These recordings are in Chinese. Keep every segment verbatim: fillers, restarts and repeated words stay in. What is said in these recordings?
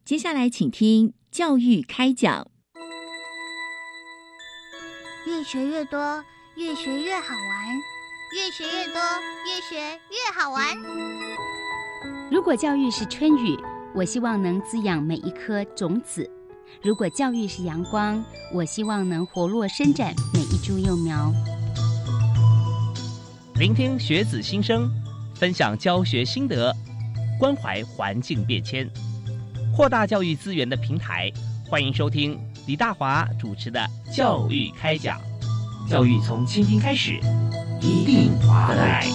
接下来请听教育开讲。 越学越多，越学越好玩，越学越多，越学越好玩。 如果教育是春雨，我希望能滋养每一颗种子；如果教育是阳光，我希望能活络伸展每一株幼苗。 聆听学子心声，分享教学心得，关怀环境变迁。扩大教育资源的平台，欢迎收听李大华主持的教育开讲。教育从倾听开始，一定划得来。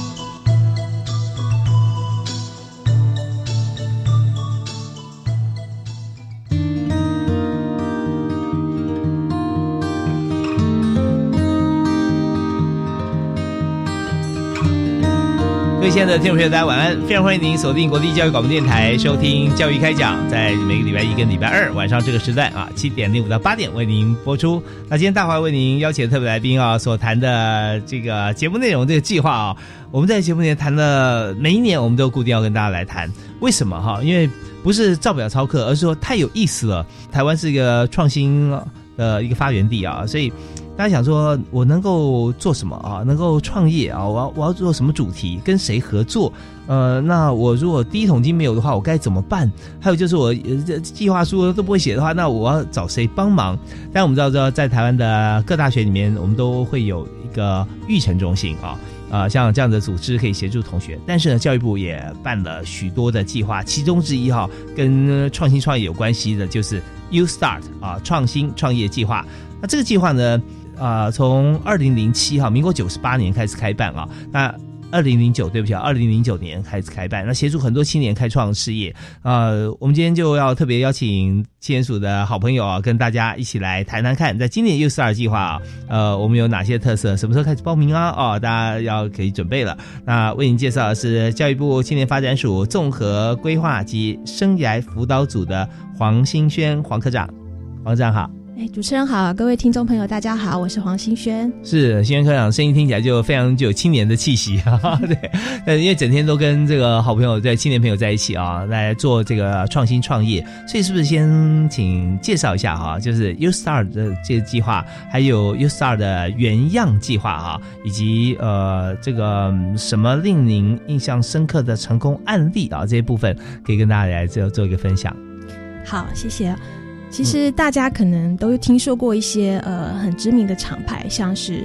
各位亲爱的听众朋友，大家晚安！非常欢迎您锁定国立教育广播电台，收听教育开讲，在每个礼拜一跟礼拜二晚上这个时段啊，七点零五到八点为您播出。那今天大华为您邀请的特别来宾啊，所谈的这个节目内容这个计划啊，我们在节目里面谈了，每一年我们都固定要跟大家来谈。为什么哈？因为不是照表操课，而是说太有意思了。台湾是一个创新的一个发源地啊，所以大家想说我能够做什么啊？能够创业啊？我要我要做什么主题？跟谁合作？呃，那我如果第一桶金没有的话，我该怎么办？还有就是我呃计划书都不会写的话，那我要找谁帮忙？但我们知道，知道在台湾的各大学里面，我们都会有一个育成中心啊。啊、呃，像这样的组织可以协助同学，但是呢，教育部也办了许多的计划，其中之一哈，跟创新创业有关系的，就是 U Start 啊，创新创业计划。那这个计划呢，啊、呃，从二零零七哈，民国九十八年开始开办啊，那二零零九对不起啊，二零零九年开始开办，那协助很多青年开创事业。呃，我们今天就要特别邀请青年署的好朋友啊，跟大家一起来谈谈看，在今年 U Start 计划啊，呃，我们有哪些特色？什么时候开始报名啊？哦，大家要可以准备了。那为您介绍的是教育部青年发展署综合规划及生涯辅导组的黄欣轩黄科长。黄科长好。 哎，主持人好，各位听众朋友大家好，我是黄欣轩。 是欣轩科长，声音听起来就非常具有青年的气息啊。对，呃，因为整天都跟这个好朋友在青年朋友在一起啊，来做这个创新创业，所以是不是先请介绍一下哈、啊，就是 U Start 的这个计划，还有 U Start 的原样计划啊，以及呃这个什么令您印象深刻的成功案例啊，这些部分可以跟大家来做做一个分享。 好，谢谢。其实大家可能都听说过一些呃很知名的厂牌，像是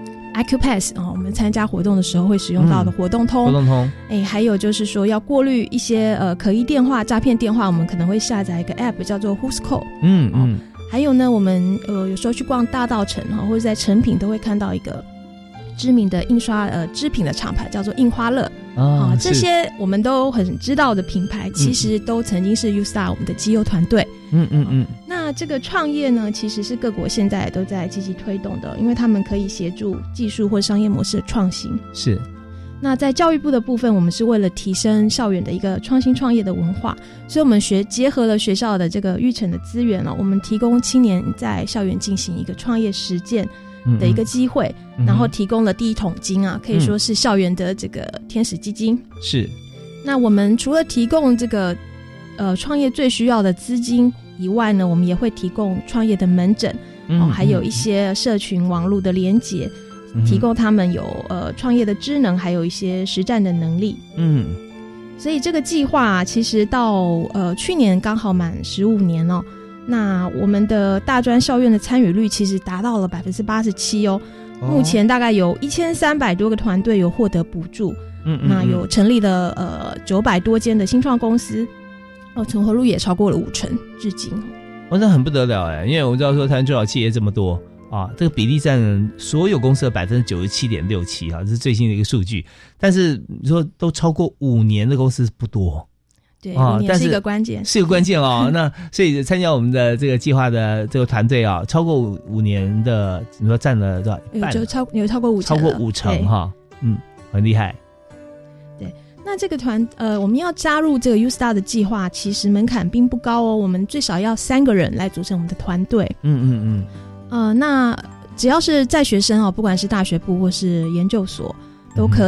I Q Pass 哦，我们参加活动的时候会使用到的活动通。 活动通。 哎，还有就是说要过滤一些呃可疑电话、诈骗电话，我们可能会下载一个 App 叫做 Who's Call。 嗯嗯。 还有呢，我们呃有时候去逛大稻埕哈，或者在成品都会看到一个知名的印刷呃织品的厂牌，叫做印花乐。啊，这些我们都很知道的品牌，其实都曾经是 U Start 我们的基优团队。嗯嗯嗯。那这个创业呢，其实是各国现在都在积极推动的，因为他们可以协助技术或商业模式的创新。 是。 那在教育部的部分，我们是为了提升校园的一个创新创业的文化，所以我们学结合了学校的这个育成的资源了，我们提供青年在校园进行一个创业实践的一个机会，嗯嗯，然后提供了第一桶金啊，可以说是校园的这个天使基金。 是。 那我们除了提供这个呃创业最需要的资金以外呢，我们也会提供创业的门诊，嗯哦，还有一些社群网络的连结，嗯，提供他们有呃创业的知能，还有一些实战的能力。嗯。所以这个计划，啊，其实到呃去年刚好满十五年哦。那我们的大专校院的参与率其实达到了百分之八十七哦，目前大概有一千三百多个团队有获得补助，嗯嗯，那有成立了呃九百多间的新创公司，哦，存活率也超过了五成，至今。 哦，那很不得了哎，因为我们知道说台湾中小企业这么多啊，这个比例占所有公司的百分之九十七点六七啊，这是最新的一个数据。但是你说都超过五年的公司不多。 对，五年是一个关键， 是一个关键哦。那所以参加我们的这个计划的这个团队啊，超过五五年的，你说占了多少？一半， 有超有超过五成， 超过五成哈，嗯，很厉害。 对，那这个团呃，我们要加入这个 U Start 的计划，其实门槛并不高哦，我们最少要三个人来组成我们的团队。嗯嗯嗯。呃，那只要是在学生哦，不管是大学部或是研究所都可以。嗯，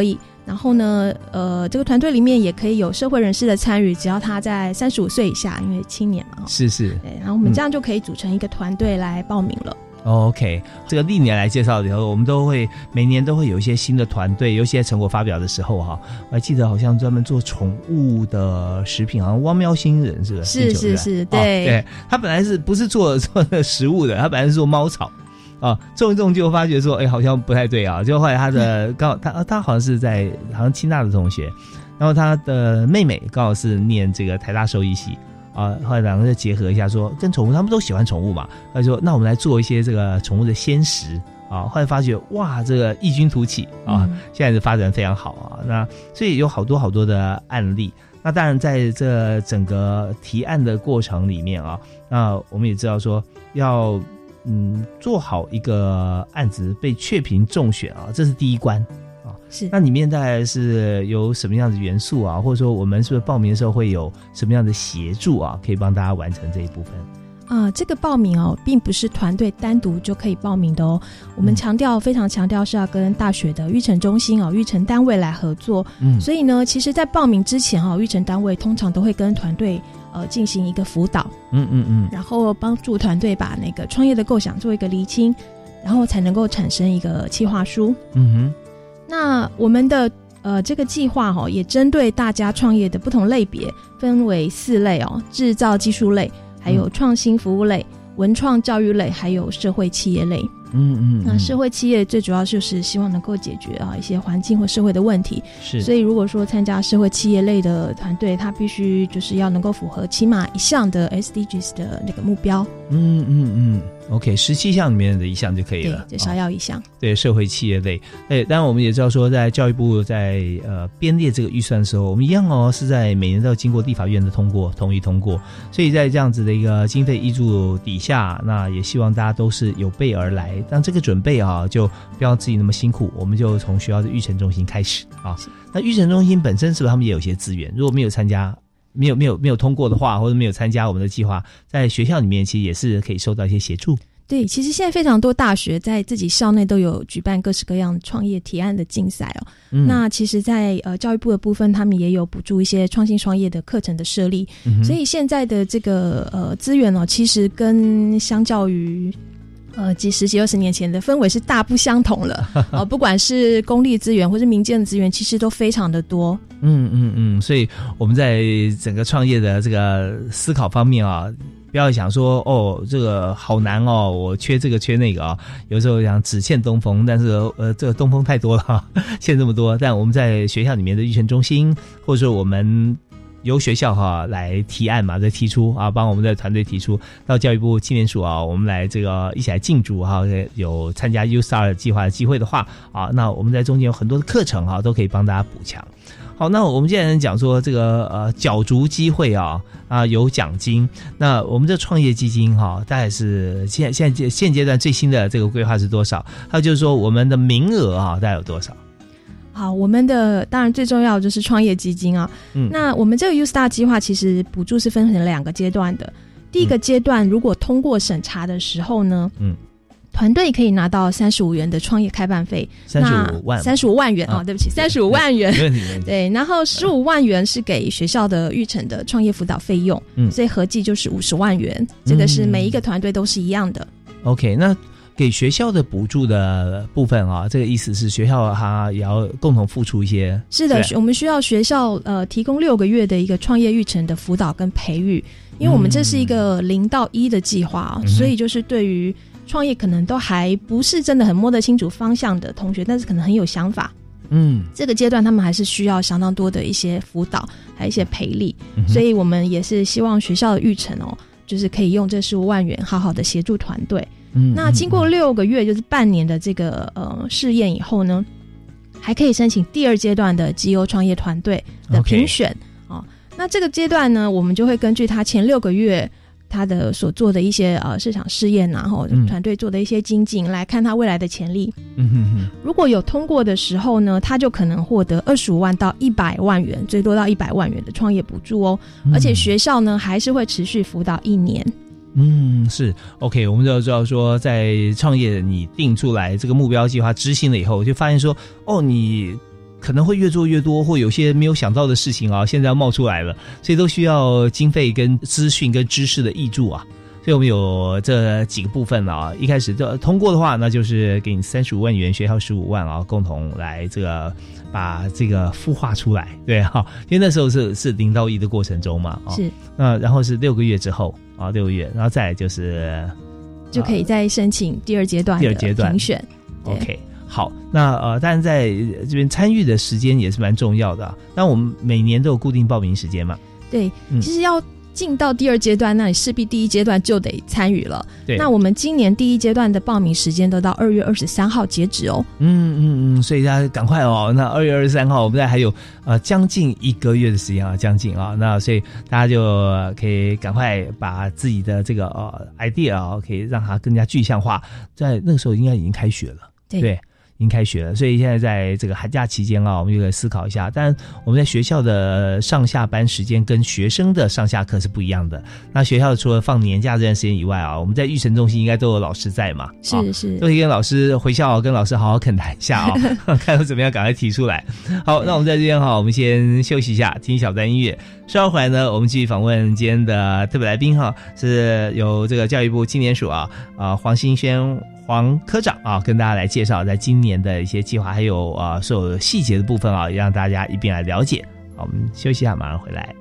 然后呢，呃，这个团队里面也可以有社会人士的参与，只要他在三十五岁以下，因为青年嘛。 是是。 对，然后我们这样就可以组成一个团队来报名了。 哦、OK， 这个历年来介绍的时候，我们都会每年都会有一些新的团队，有一些成果发表的时候哈，我还记得好像专门做宠物的食品，好像汪喵星人是不是？ 是是是，对、 哦、对，他本来是不是做做那食物的，他本来是做猫草。啊，种一种就发觉说，哎，好像不太对啊。就后来他的刚好他他好像是在好像清大的同学，然后他的妹妹刚好是念这个台大兽医系啊。后来两个人就结合一下说，跟宠物他们都喜欢宠物嘛，他说那我们来做一些这个宠物的鲜食啊。后来发觉哇，这个异军突起啊，嗯、现在的发展非常好啊。那所以有好多好多的案例。那当然在这整个提案的过程里面啊，那我们也知道说要。嗯，做好一个案子被确评中选啊，这是第一关啊。 是， 那里面大概是有什么样的元素啊，或者说我们是不是报名的时候会有什么样的协助啊，可以帮大家完成这一部分？ 啊、呃，这个报名哦，并不是团队单独就可以报名的哦。我们强调，非常强调是要跟大学的育成中心哦、育成单位来合作。嗯，所以呢，其实，在报名之前哈、哦，育成单位通常都会跟团队呃进行一个辅导。嗯嗯嗯，然后帮助团队把那个创业的构想做一个厘清，然后才能够产生一个企划书。嗯哼，那我们的呃这个计划哈、哦，也针对大家创业的不同类别，分为四类哦：制造技术类。还有创新服务类、文创教育类，还有社会企业类。嗯 嗯, 嗯，那社会企业最主要就是希望能够解决啊一些环境或社会的问题。是，所以如果说参加社会企业类的团队，它必须就是要能够符合起码一项的 S D Gs 的那个目标。嗯嗯嗯 ，OK， 十七项里面的一项就可以了， 对，至少要一项。哦、 对，社会企业类。对，当然我们也知道说，在教育部在呃编列这个预算的时候，我们一样哦是在每年都要经过立法院的通过、同意通过，所以在这样子的一个经费挹注底下，那也希望大家都是有备而来。让这个准备啊，就不要自己那么辛苦，我们就从学校的育成中心开始啊。那育成中心本身是不是他们也有些资源？如果没有参加，没有没有没有通过的话，或者没有参加我们的计划，在学校里面其实也是可以受到一些协助。 对，其实现在非常多大学在自己校内都有举办各式各样创业提案的竞赛哦。嗯、那其实在，呃教育部的部分，他们也有补助一些创新创业的课程的设立。嗯、所以现在的这个呃资源哦，其实跟相较于呃几十几二十年前的氛围是大不相同了。呃，不管是公立资源或是民间的资源，其实都非常的多。 嗯嗯嗯，所以我们在整个创业的这个思考方面啊。不要想说哦，这个好难哦，我缺这个缺那个啊。有时候想只欠东风，但是呃，这个东风太多了，欠这么多。但我们在学校里面的育成中心，或者说我们由学校哈来提案嘛，再提出啊，帮我们的团队提出到教育部青年署啊，我们来这个一起来竞逐哈，有参加 U Star 计划的机会的话啊，那我们在中间有很多的课程哈，都可以帮大家补强。好，那我们现在讲说这个呃角逐机会啊啊有奖金，那我们这创业基金哈、啊，大概是现现在现阶段最新的这个规划是多少？还有就是说我们的名额啊，大概有多少？ 好，我们的当然最重要的就是创业基金啊。嗯，那我们这个 U Star 计划其实补助是分成两个阶段的。第一个阶段，如果通过审查的时候呢，嗯。团队可以拿到三十五元的创业开办费， 三十五万， 三十五万元啊、哦，对不起，三十五万元，对，然后十五万元是给学校的育成的创业辅导费用，嗯，所以合计就是五十万元，这个是每一个团队都是一样的。 嗯、OK， 那给学校的补助的部分啊，这个意思是学校它也要共同付出一些。 是的，我们需要学校呃提供六个月的一个创业育成的辅导跟培育，因为我们这是一个零到一的计划、嗯、所以就是对于创业可能都还不是真的很摸得清楚方向的同学，但是可能很有想法。嗯，这个阶段他们还是需要相当多的一些辅导，还有一些培力、嗯、所以我们也是希望学校的育成哦，就是可以用这十五万元好好的协助团队。嗯，那经过六个月，就是半年的这个呃试验以后呢，还可以申请第二阶段的绩优创业团队的评选、okay. 哦。那这个阶段呢，我们就会根据他前六个月他的所做的一些呃市场试验，然后团队做的一些精进、嗯、来看他未来的潜力。嗯哼哼，如果有通过的时候呢，他就可能获得二十五万到一百万元，最多到一百万元的创业补助哦、嗯。而且学校呢还是会持续辅导一年。 嗯，是 OK， 我们就知道说，在创业你定出来这个目标计划执行了以后，就发现说，哦，你可能会越做越多，或有些没有想到的事情啊，现在要冒出来了，所以都需要经费跟资讯跟知识的挹注啊。所以我们有这几个部分啊，一开始就通过的话，那就是给你三十五万元，学校十五万啊，共同来这个把这个孵化出来，对哈，因为那时候是是零到一的过程中嘛，啊、 是， 那然后是六个月之后啊，六个月，然后再来就是就可以再申请第二阶段的第二阶段评选。 OK， 好，那呃，当然在这边参与的时间也是蛮重要的、啊。那我们每年都有固定报名时间嘛？ 对， 嗯、 其实要进到第二阶段，那你势必第一阶段就得参与了。 对， 那我们今年第一阶段的报名时间都到二月二十三号截止哦。 嗯嗯嗯，所以大家赶快哦。那二月二十三号，我们在还有呃将近一个月的时间啊，将近啊，那所以大家就可以赶快把自己的这个呃 idea 啊，可以让它更加具象化。在那个时候应该已经开学了， 对。 对，已经开学了，所以现在在这个寒假期间啊，我们就来思考一下。但我们在学校的上下班时间跟学生的上下课是不一样的。那学校除了放年假这段时间以外啊，我们在育成中心应该都有老师在嘛， 是是， 都可以跟老师回校跟老师好好恳谈一下哦，看要怎么样赶快提出来。好，那我们在这边哈，我们先休息一下，听小段音乐。稍后回来呢，我们继续访问今天的特别来宾哈，是由这个教育部青年署啊啊黄新轩黄科长啊，跟大家来介绍在今年的一些计划，还有啊所有细节的部分啊，也让大家一并来了解。好，我们休息一下，马上回来。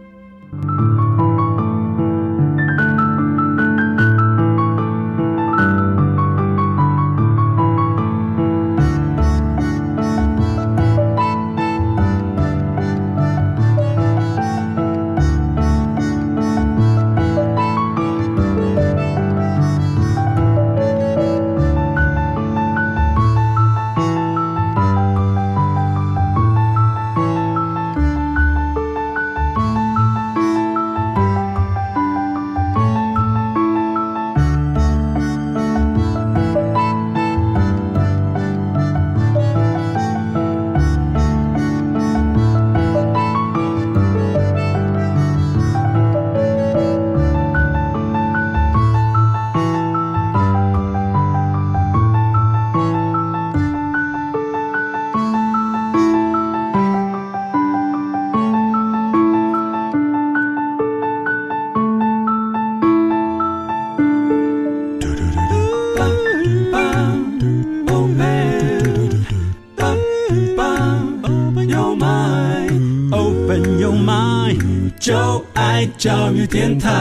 教育电台，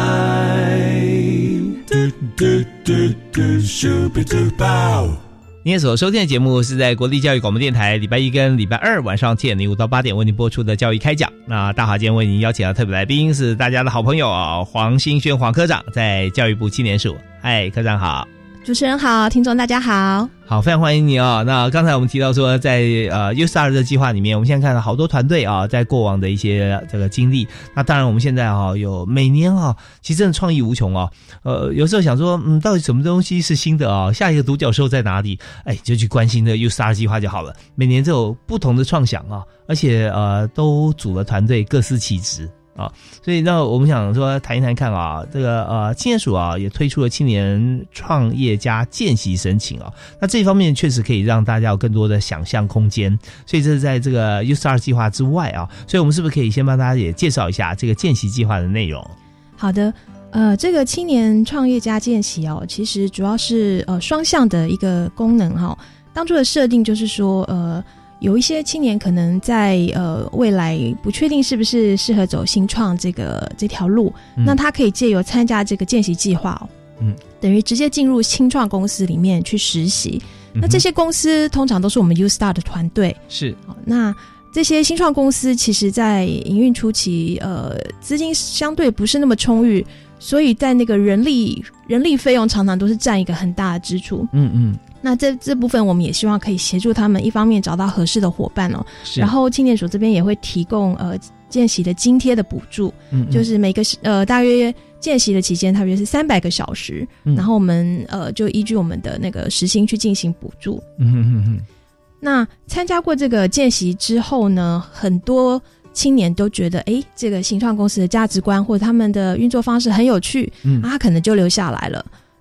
您所收听的节目是在国立教育广播电台礼拜一跟礼拜二晚上七点零五到八点为您播出的教育开讲。那大华今天为您邀请到特别来宾是大家的好朋友啊，黄新轩黄科长，在教育部青年署。嗨，科长好。 主持人好，听众大家好。 好，非常欢迎你哦。那刚才我们提到说，在呃 U Star 的计划里面，我们现在看到好多团队啊，在过往的一些这个经历。那当然，我们现在啊，有每年啊，其实真的创意无穷啊。呃，有时候想说，嗯，到底什么东西是新的啊？下一个独角兽在哪里？哎，就去关心这 U Star 计划就好了。每年都有不同的创想啊，而且呃，都组了团队，各司其职。啊，所以那我们想说谈一谈看啊，这个呃青年署啊也推出了青年创业家见习申请啊，那这方面确实可以让大家有更多的想象空间，所以这是在这个 U Star 计划之外啊，所以我们是不是可以先帮大家也介绍一下这个见习计划的内容？ 好的，呃，这个青年创业家见习哦，其实主要是呃双向的一个功能哈、哦，当初的设定就是说呃。有一些青年可能在呃未来不确定是不是适合走新创这个这条路、嗯，那他可以借由参加这个见习计划哦，嗯，等于直接进入新创公司里面去实习。嗯、那这些公司通常都是我们 U Star 的团队， 是。 好，那这些新创公司其实在营运初期，呃，资金相对不是那么充裕，所以在那个人力人力费用常常都是占一个很大的支出。嗯嗯。那这这部分我们也希望可以协助他们，一方面找到合适的伙伴哦，然后青年署这边也会提供呃见习的津贴的补助，嗯嗯，就是每个呃大约见习的期间大约是三百个小时、嗯，然后我们呃就依据我们的那个时薪去进行补助。嗯哼哼哼。那参加过这个见习之后呢，很多青年都觉得，哎，这个新创公司的价值观或者他们的运作方式很有趣，嗯，啊，他可能就留下来了。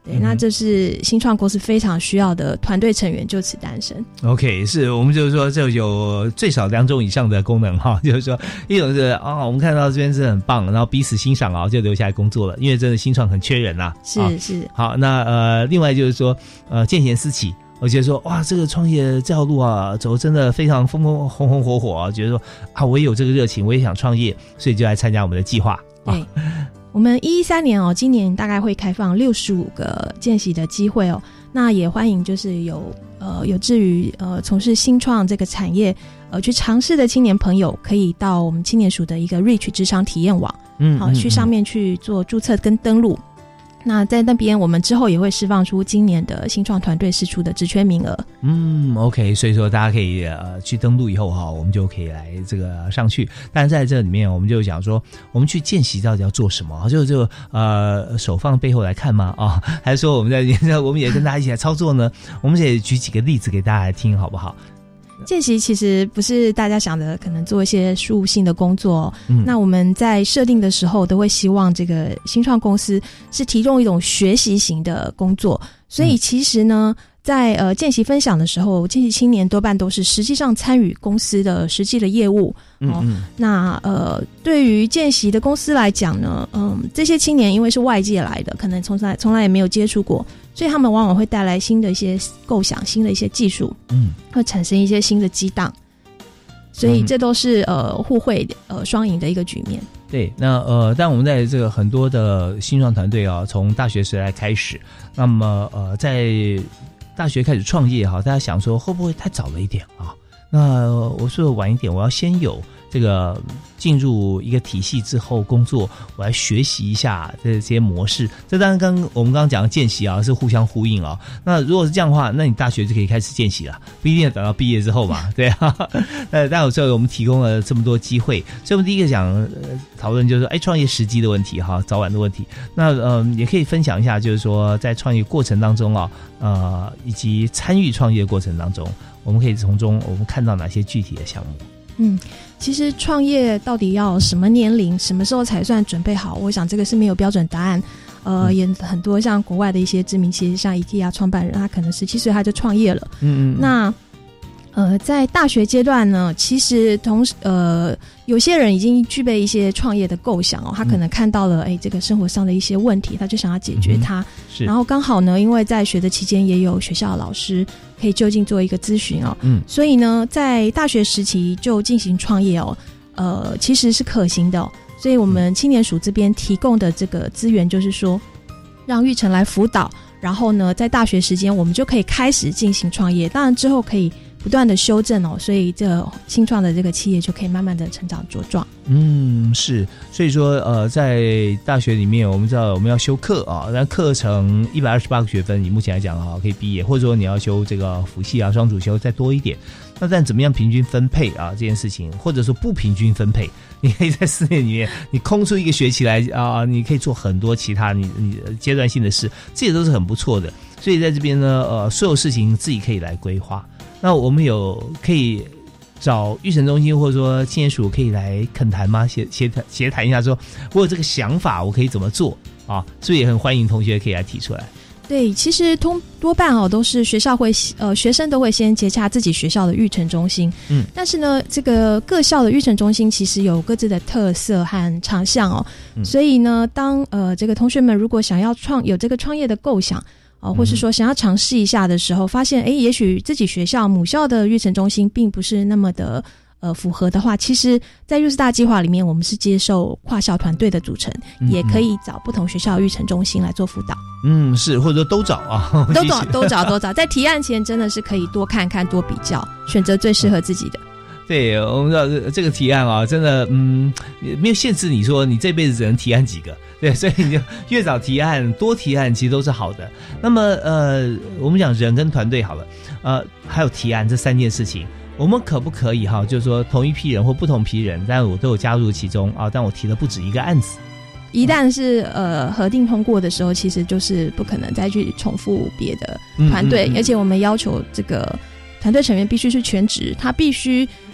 对，那这是新创公司非常需要的团队成员就此诞生。 OK， 是我们就是说这有最少两种以上的功能哈，就是说一种是啊、哦，我们看到这边是很棒，然后彼此欣赏啊，就留下来工作了，因为真的新创很缺人呐、啊。 是、 啊、 是。 好，那呃，另外就是说呃，见贤思齐。我觉得说哇，这个创业这条路啊，走真的非常风风红红火火啊！觉得说啊，我也有这个热情，我也想创业，所以就来参加我们的计划。 对，啊、我们一一三年哦，今年大概会开放六十五个见习的机会哦。那也欢迎就是有呃有志于呃从事新创这个产业呃去尝试的青年朋友，可以到我们青年署的一个 Reach 职场体验网，嗯，好、啊、去上面去做注册跟登录。那在那边我们之后也会释放出今年的新创团队释出的职缺名额。 嗯 OK， 所以说大家可以呃去登录以后哈，我们就可以来这个上去。但是在这里面我们就讲说，我们去见习到底要做什么，就就呃手放背后来看吗啊？还是说我们在我们也跟大家一起来操作呢？我们也举几个例子给大家来听好不好？ 见习其实不是大家想的可能做一些事务性的工作、哦嗯、那我们在设定的时候都会希望这个新创公司是提供一种学习型的工作，所以其实呢、嗯在呃见习分享的时候，见习青年多半都是实际上参与公司的实际的业务。哦、嗯嗯那呃对于见习的公司来讲呢，嗯，这些青年因为是外界来的，可能从来从来也没有接触过，所以他们往往会带来新的一些构想、新的一些技术，嗯，会产生一些新的激荡。所以这都是呃互惠呃双赢的一个局面。 对，那呃，但我们在这个很多的新创团队啊，从大学时代开始，那么呃，在大学开始创业哈，大家想说会不会太早了一点啊？那我说晚一点，我要先有这个进入一个体系之后工作，我来学习一下这些模式。这当然跟我们刚刚讲的见习啊是互相呼应啊。那如果是这样的话，那你大学就可以开始见习了，不一定要等到毕业之后嘛，对啊。呃，但有时候我们提供了这么多机会，所以我们第一个讲、呃、讨论就是说，哎，创业时机的问题哈，早晚的问题。那嗯、呃，也可以分享一下，就是说在创业过程当中啊，呃，以及参与创业过程当中，我们可以从中我们看到哪些具体的项目？ 嗯，其实创业到底要什么年龄、什么时候才算准备好？我想这个是没有标准答案。呃，嗯、也很多像国外的一些知名企业，像 IKEA 创办人，他可能十七岁他就创业了。嗯嗯。那呃，在大学阶段呢，其实同时呃，有些人已经具备一些创业的构想哦，他可能看到了哎、嗯，这个生活上的一些问题，他就想要解决它。嗯、是。然后刚好呢，因为在学的期间也有学校的老师可以就近做一个咨询哦，嗯，所以呢，在大学时期就进行创业哦，呃，其实是可行的、哦。所以我们青年署这边提供的这个资源，就是说，让育成来辅导，然后呢，在大学时间我们就可以开始进行创业，当然之后可以不断的修正哦，所以这新创的这个企业就可以慢慢的成长茁壮。 嗯，是，所以说呃，在大学里面，我们知道我们要修课啊，那课程一百二十八个学分，以目前来讲啊，可以毕业，或者说你要修这个辅系啊、双主修再多一点。那但怎么样平均分配啊这件事情，或者说不平均分配，你可以在四年里面，你空出一个学期来啊，你可以做很多其他你你阶段性的事，这也都是很不错的。所以在这边呢，呃，所有事情自己可以来规划。那我们有可以找育成中心或者说青年署可以来恳谈吗？协协谈协谈一下说，我有这个想法，我可以怎么做啊？所以也很欢迎同学可以来提出来。 对，其实通多半哦都是学校会呃学生都会先接洽自己学校的育成中心，嗯，但是呢，这个各校的育成中心其实有各自的特色和长项哦，嗯、所以呢，当呃这个同学们如果想要创有这个创业的构想。哦，或是说想要尝试一下的时候，发现诶，也许自己学校母校的育成中心并不是那么的呃符合的话，其实在幼师大计划里面，我们是接受跨校团队的组成，嗯嗯也可以找不同学校的育成中心来做辅导。嗯， 是，或者说都找啊， 都找都找都找，在提案前真的是可以多看看、多比较，选择最适合自己的。 对，我们知道这个提案啊，真的，嗯，没有限制你说你这辈子只能提案几个，对，所以你就越早提案、多提案，其实都是好的。那么，呃，我们讲人跟团队好了，呃，还有提案这三件事情，我们可不可以哈，就是说同一批人或不同批人，但我都有加入其中啊，但我提了不止一个案子。 一旦是呃核定通过的时候，其实就是不可能再去重复别的团队，嗯嗯嗯而且我们要求这个团队成员必须是全职，他必须。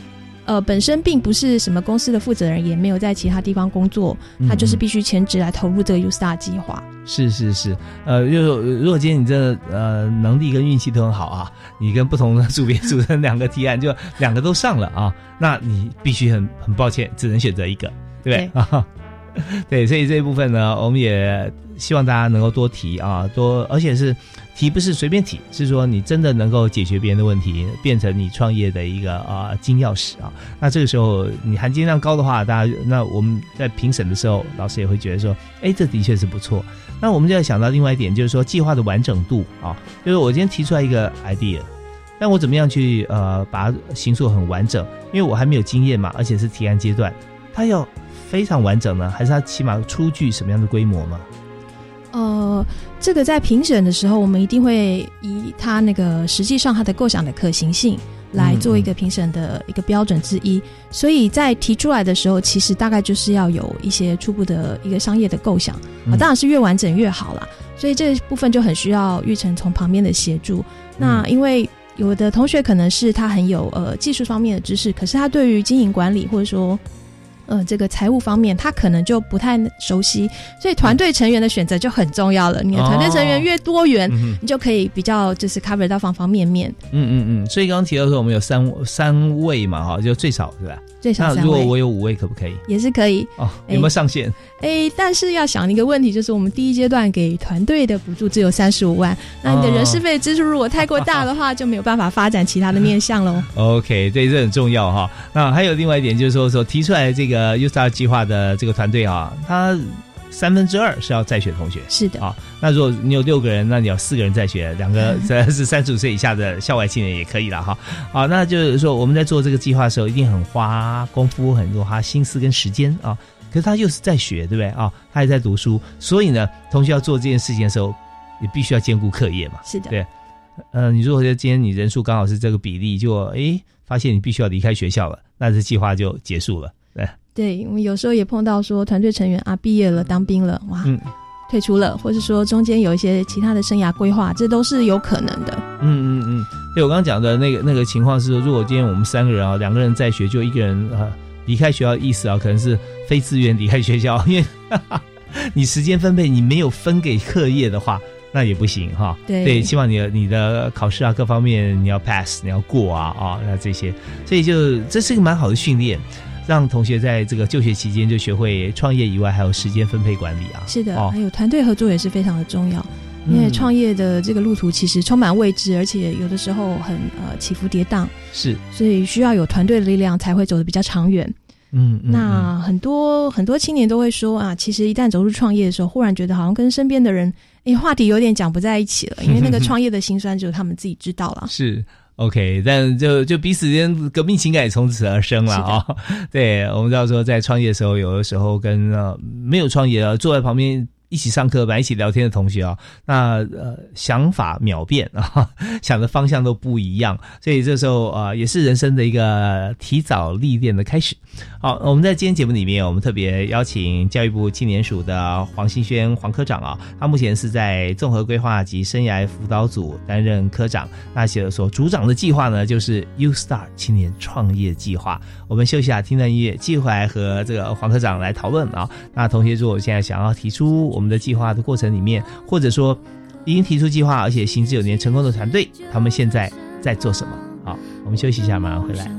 呃本身并不是什么公司的负责人，也没有在其他地方工作，他就是必须全职来投入这个 U-Star 计划。 是是是，呃，就如果今天你这呃能力跟运气都很好啊，你跟不同的组别组成两个提案，就两个都上了啊，那你必须很很抱歉，只能选择一个，对不对？对对，所以这一部分呢，我们也希望大家能够多提啊，多，而且是提不是随便提，是说你真的能够解决别人的问题，变成你创业的一个啊、呃、金钥匙啊。那这个时候你含金量高的话，大家那我们在评审的时候，老师也会觉得说，哎，这的确是不错。那我们就要想到另外一点，就是说计划的完整度啊，就是我今天提出来一个 idea， 但我怎么样去呃把它形塑很完整？因为我还没有经验嘛，而且是提案阶段，它要非常完整呢，还是它起码出具什么样的规模吗？ 呃，这个在评审的时候，我们一定会以它那个实际上它的构想的可行性来做一个评审的一个标准之一，嗯嗯，所以在提出来的时候，其实大概就是要有一些初步的一个商业的构想，嗯啊、当然是越完整越好啦。所以这部分就很需要育成从旁边的协助。那因为有的同学可能是他很有呃技术方面的知识，可是他对于经营管理或者说呃，这个财务方面他可能就不太熟悉，所以团队成员的选择就很重要了。你的团队成员越多元，哦，你就可以比较就是 cover 到方方面面。嗯嗯嗯。所以刚刚提到说我们有三三位嘛，哈，就最少是吧？ 最少三位。 那如果我有五位可不可以？ 也是可以。 哦，有没有上限？ 哎，但是要想一个问题，就是我们第一阶段给团队的补助只有三十五万，那你的人事费支出如果太过大的话，就没有办法发展其他的面向喽。 OK， 对，这很重要哈。那还有另外一点就是说，说提出来这个 U-Star 计划的这个团队啊，他三分之二是要在学同学。 是的啊。那如果你有六个人，那你有四个人在学，两个是三十五岁以下的校外青年也可以了哈。啊，那就是说我们在做这个计划的时候，一定很花功夫，很多花心思跟时间啊。可是他又是在学，对不对啊？他也在读书，所以呢，同学要做这件事情的时候，你必须要兼顾课业嘛。 是的， 对。呃，你如果今天你人数刚好是这个比例，就哎发现你必须要离开学校了，那这计划就结束了。对， 对，我们有时候也碰到说团队成员啊毕业了当兵了，哇，嗯，退出了，或是说中间有一些其他的生涯规划，这都是有可能的。嗯嗯嗯，对，我刚刚讲的那个那个情况是说，如果今天我们三个人啊，两个人在学，就一个人啊离开学校的意思啊，可能是非自愿离开学校，因为哈哈你时间分配你没有分给课业的话，那也不行哈。 对， 对，希望你的你的考试啊各方面你要 pass， 你要过啊啊，那这些，所以就这是一个蛮好的训练。让同学在这个就学期间就学会创业以外还有时间分配管理啊。 是的，哦，还有团队合作也是非常的重要，因为创业的这个路途其实充满未知，而且有的时候很呃起伏跌宕， 是，所以需要有团队的力量才会走得比较长远。嗯，嗯那很多很多青年都会说啊，其实一旦走入创业的时候，忽然觉得好像跟身边的人诶话题有点讲不在一起了，因为那个创业的辛酸只有他们自己知道了。 是OK， 但就就彼此间革命情感也从此而生了啊，哦！对，我们知道说在创业的时候，有的时候跟呃没有创业的坐在旁边一起上课、一起聊天的同学啊，那呃想法秒变啊，想的方向都不一样，所以这时候啊、呃、也是人生的一个提早历练的开始。好，我们在今天节目里面，我们特别邀请教育部青年署的黄信轩黄科长啊，他目前是在综合规划及生涯辅导组担任科长，那所主掌的计划呢就是 U-Star 青年创业计划。我们休息下，听段音乐，继续回来和这个黄科长来讨论啊。那同学如果现在想要提出我们的计划的过程里面，或者说已经提出计划而且行之有年成功的团队，他们现在在做什么？好，我们休息一下，马上回来。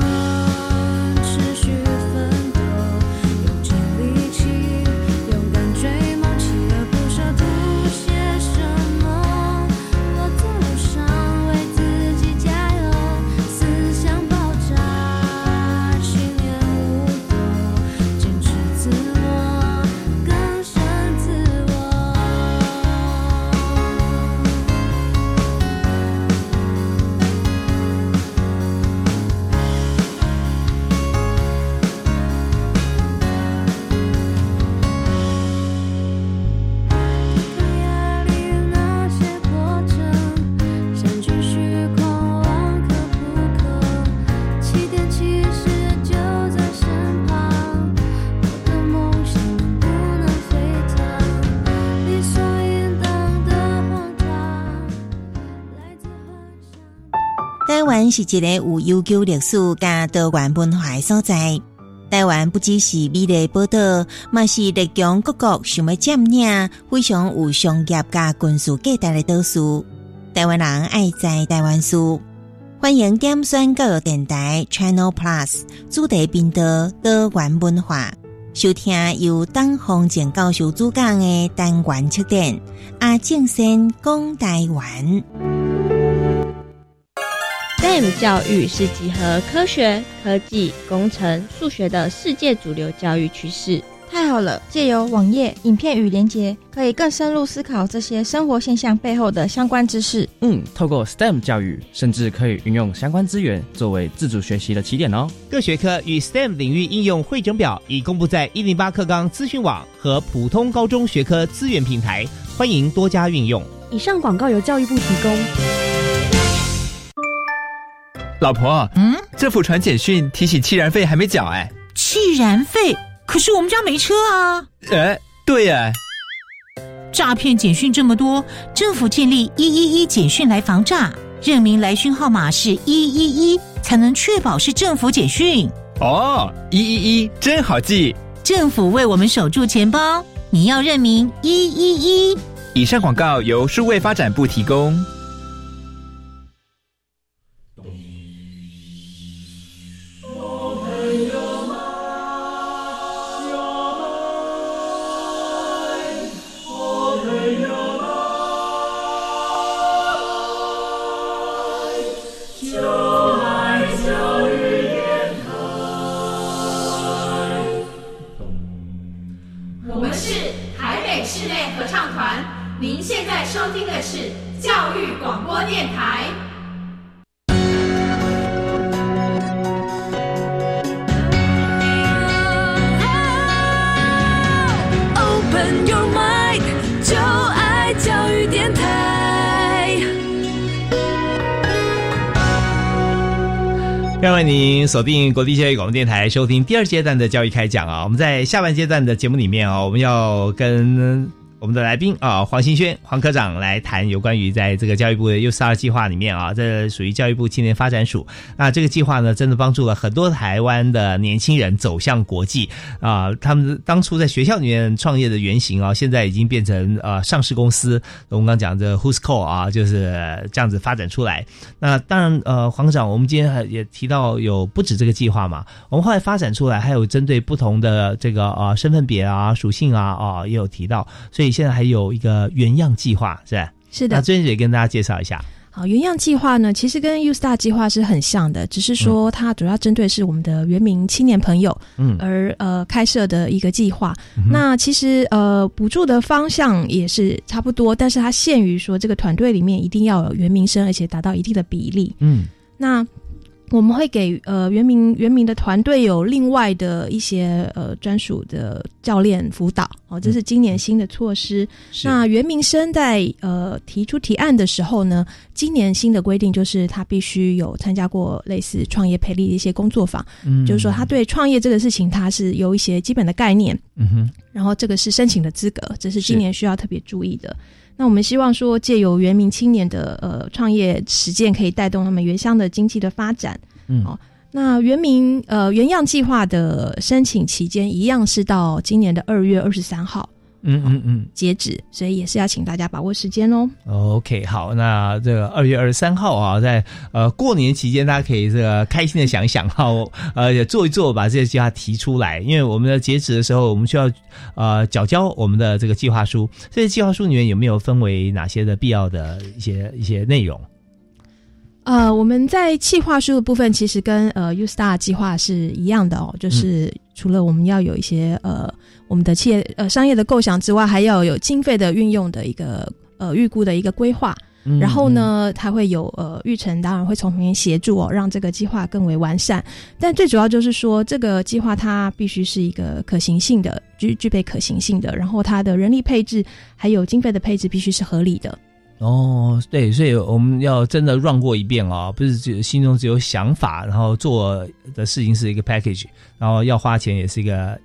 持续奋斗，用尽力气，勇敢。 湾是一个有悠久历史加多元文化的所在。台湾不只是美丽宝岛，嘛是列强各国想要占领、非常有商业加军事价值的岛屿。台湾人爱在台湾事。欢迎点选教育电台 Channel Plus 主题频道多元文化，收听由董宏正教授主讲的单元测点阿正先讲台湾。 S T E M 教育是集合科学、科技、工程、数学的世界主流教育趋势。 太好了，借由网页、影片与连结，可以更深入思考这些生活现象背后的相关知识。 嗯，透过 S T E M 教育，甚至可以运用相关资源作为自主学习的起点哦。 各学科与 S T E M 领域应用汇整表已公布在一零八课纲资讯网和普通高中学科资源平台，欢迎多加运用。 以上广告由教育部提供。 老婆，嗯，政府传简讯提醒汽燃费还没缴，哎， 汽燃费？可是我们家没车啊。 哎，对耶。 诈骗简讯这么多，政府建立一一一简讯来防诈，认明来讯号码是一一一，才能确保是政府简讯。 哦，一一一真好记。 政府为我们守住钱包，你要认明一一一。 以上广告由数位发展部提供。 您现在收听的是教育广播电台。Open your mind， 就爱教育电台。 欢迎您锁定国立教育广播电台，收听第二阶段的教育开讲啊！我们在下半阶段的节目里面啊，我们要跟我们的来宾啊，黄新轩黄科长来谈有关于在这个教育部的 U 四二 计划里面啊，这属于教育部青年发展署。那这个计划呢，真的帮助了很多台湾的年轻人走向国际啊。他们当初在学校里面创业的原型啊，现在已经变成呃上市公司。我们刚讲的 Whoscall 啊，就是这样子发展出来。那当然呃，黄科长，我们今天也提到有不止这个计划嘛，我们后来发展出来还有针对不同的这个呃身份别啊、属性啊啊也有提到，所以现在还有一个原样计划，是吧？ 是的。 那这边也跟大家介绍一下。 好，原样计划呢，其实跟 U Star 计划是很像的，只是说它主要针对是我们的原民青年朋友，嗯，而呃开设的一个计划。嗯、那其实呃补助的方向也是差不多，但是它限于说这个团队里面一定要有原民生，而且达到一定的比例。嗯，那我们会给呃原民原民的团队有另外的一些呃专属的教练辅导哦，这是今年新的措施。嗯、那原民生在呃提出提案的时候呢，今年新的规定就是他必须有参加过类似创业培力的一些工作坊，嗯，就是说他对创业这个事情他是有一些基本的概念，嗯哼，然后这个是申请的资格，这是今年需要特别注意的。那我们希望说，借由原民青年的呃创业实践，可以带动他们原乡的经济的发展。嗯，哦，那原民呃原样计划的申请期间一样是到今年的二月二十三号。嗯嗯嗯，截止，所以也是要请大家把握时间哦。 OK， 好，那这个二月二十三号啊，在呃过年期间，大家可以这个开心的想一想哈，呃也做一做，把这个计划提出来。因为我们的截止的时候，我们需要呃缴交我们的这个计划书。这些计划书里面有没有分为哪些的必要的一些一些内容？ 呃，我们在企划书的部分，其实跟呃 U Star 计划是一样的哦，就是除了我们要有一些呃我们的企业呃商业的构想之外，还要有经费的运用的一个呃预估的一个规划。嗯、然后呢，它会有呃育成，当然会从旁边协助哦，让这个计划更为完善。但最主要就是说，这个计划它必须是一个可行性的，具具备可行性的，然后它的人力配置还有经费的配置必须是合理的。 哦，对，所以我们要真的 run 过一遍哦，不是只心中只有想法，然后做的事情是一个 package， 然后要花钱也是一个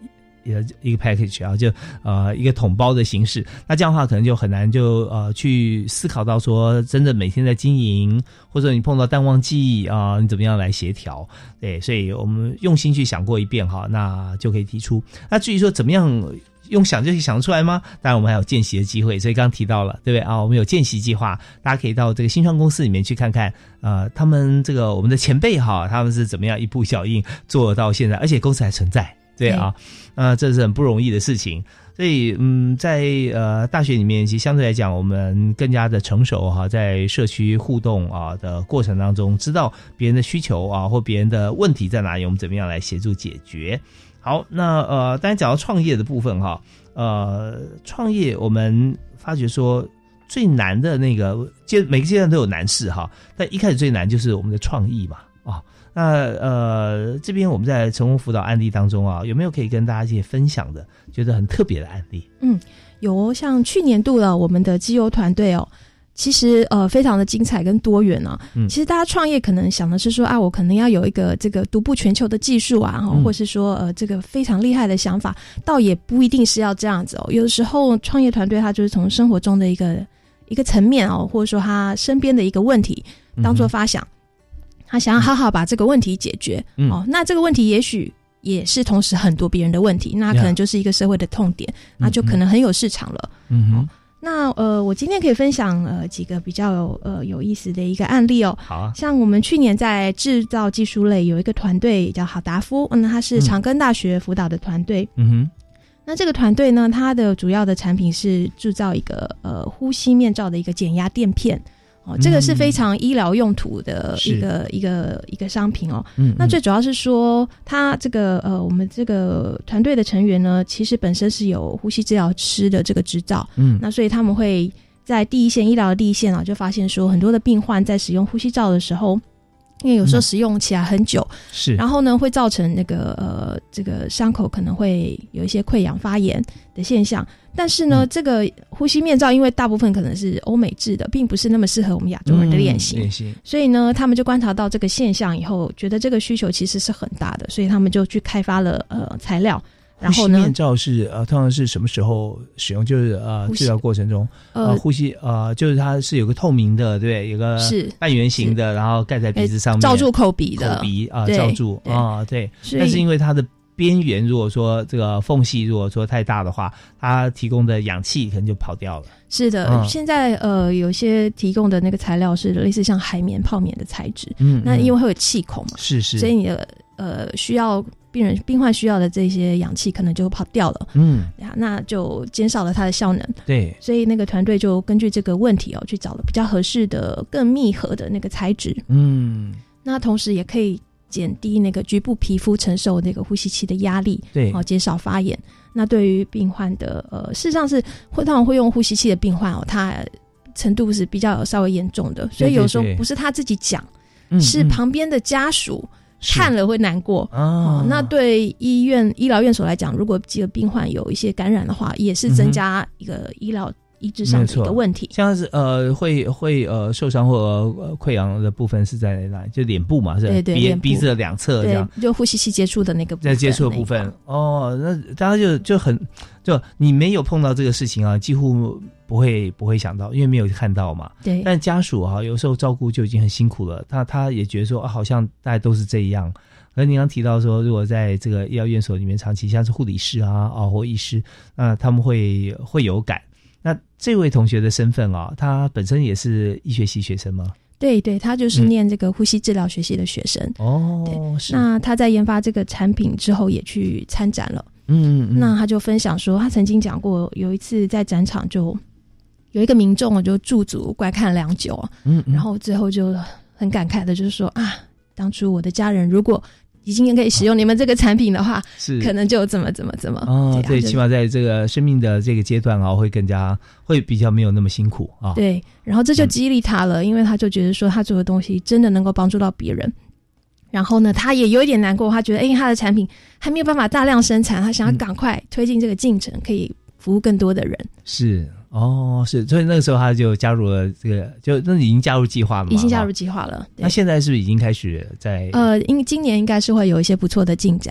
一个 package 啊，就呃一个统包的形式。那这样的话可能就很难就呃去思考到说真的每天在经营，或者你碰到淡旺季啊、呃，你怎么样来协调？对，所以我们用心去想过一遍哈，那就可以提出。那至于说怎么样用想就可以想出来吗？当然我们还有见习的机会，所以刚刚提到了，对不对啊？我们有见习计划，大家可以到这个新创公司里面去看看，呃，他们这个我们的前辈哈，他们是怎么样一步小印做到现在，而且公司还存在。对啊，呃，这是很不容易的事情，所以嗯，在呃大学里面，其实相对来讲，我们更加的成熟哈，在社区互动啊的过程当中，知道别人的需求啊或别人的问题在哪里，我们怎么样来协助解决。好，那呃，当然讲到创业的部分哈，呃，创业我们发觉说最难的那个，阶每个阶段都有难事哈，但一开始最难就是我们的创意嘛，啊。那呃，这边我们在成功辅导案例当中啊，有没有可以跟大家一起分享的，觉得很特别的案例？ 嗯，有，像去年度的我们的基友团队哦，其实呃非常的精彩跟多元啊。嗯，其实大家创业可能想的是说啊，我可能要有一个这个独步全球的技术啊，嗯、或是说呃这个非常厉害的想法，倒也不一定是要这样子哦。有的时候创业团队他就是从生活中的一个一个层面哦，或者说他身边的一个问题当作发想。嗯，他想要好好把这个问题解决、嗯、哦，那这个问题也许也是同时很多别人的问题，那可能就是一个社会的痛点， yeah. 那就可能很有市场了。嗯哼、哦，那呃，我今天可以分享呃几个比较有呃有意思的一个案例哦。 好啊， 像我们去年在制造技术类有一个团队叫好达夫，嗯，他是长庚大学辅导的团队。嗯哼，那这个团队呢，它的主要的产品是制造一个呃呼吸面罩的一个减压垫片。哦，这个是非常医疗用途的一个、嗯、一个一个商品哦。嗯，那最主要是说，它这个呃，我们这个团队的成员呢，其实本身是有呼吸治疗师的这个执照。嗯，那所以他们会在第一线医疗的第一线啊，就发现说，很多的病患在使用呼吸罩的时候，因为有时候使用起来很久，嗯、是，然后呢会造成那个呃这个伤口可能会有一些溃疡发炎的现象。但是呢、嗯、这个呼吸面罩因为大部分可能是欧美制的，并不是那么适合我们亚洲人的脸型、嗯、所以呢他们就观察到这个现象以后，觉得这个需求其实是很大的，所以他们就去开发了呃材料。然后呢， 呼吸面罩是呃通常是什么时候使用？就是呃治疗过程中呃呼吸呃就是它是有个透明的，对不对？有个是半圆形的，然后盖在鼻子上面， 罩住口鼻的口鼻啊、呃、罩住啊、呃、对。但是因为它的边缘如果说这个缝隙如果说太大的话，它提供的氧气可能就跑掉了。 是的、嗯、现在呃有些提供的那个材料是类似像海绵泡棉的材质，嗯，那因为会有气孔嘛， 是是， 所以你的呃需要病人病患需要的这些氧气可能就跑掉了，嗯，那就减少了它的效能。 对， 所以那个团队就根据这个问题哦，去找了比较合适的更密合的那个材质，嗯，那同时也可以减低那个局部皮肤承受那个呼吸器的压力，对，哦，减少发炎。那对于病患的呃，事实上是会通常会用呼吸器的病患哦，他程度是比较稍微严重的，所以有时候不是他自己讲，对对对，是旁边的家属看了会难过、哦、那对医院医疗院所来讲，如果几个病患有一些感染的话，也是增加一个医疗医治上的一个问题。 像是呃会会呃受伤或呃溃疡的部分是在哪里？就脸部嘛，是吧？ 对对， 鼻鼻子的两侧这样， 就呼吸器接触的那个部分， 在接触的部分。哦，那大家就就很就你没有碰到这个事情啊，几乎不会不会想到，因为没有看到嘛。对。但家属啊，有时候照顾就已经很辛苦了，他他也觉得说啊，好像大家都是这样。而您刚提到说，如果在这个医疗院所里面长期，像是护理师啊啊或医师，那他们会会有感。那这位同学的身份啊，他本身也是医学系学生吗？ 对对，他就是念这个呼吸治疗学系的学生。哦、嗯，是。那他在研发这个产品之后，也去参展了。嗯, 嗯那他就分享说，他曾经讲过，有一次在展场就有一个民众就驻足观看良久，嗯, 嗯，然后最后就很感慨的就是说啊，当初我的家人如果已经可以使用你们这个产品的话，是可能就怎么怎么怎么哦，对，起码在这个生命的这个阶段啊，会更加会比较没有那么辛苦啊。 对，然后这就激励他了、嗯，因为他就觉得说他做的东西真的能够帮助到别人。然后呢，他也有一点难过，他觉得哎，他的产品还没有办法大量生产，他想要赶快推进这个进程，可以服务更多的人。 是。哦，是，所以那个时候他就加入了这个，就那已经加入计划了吗？ 已经加入计划了。 那现在是不是已经开始在？ 呃，因今年应该是会有一些不错的进展。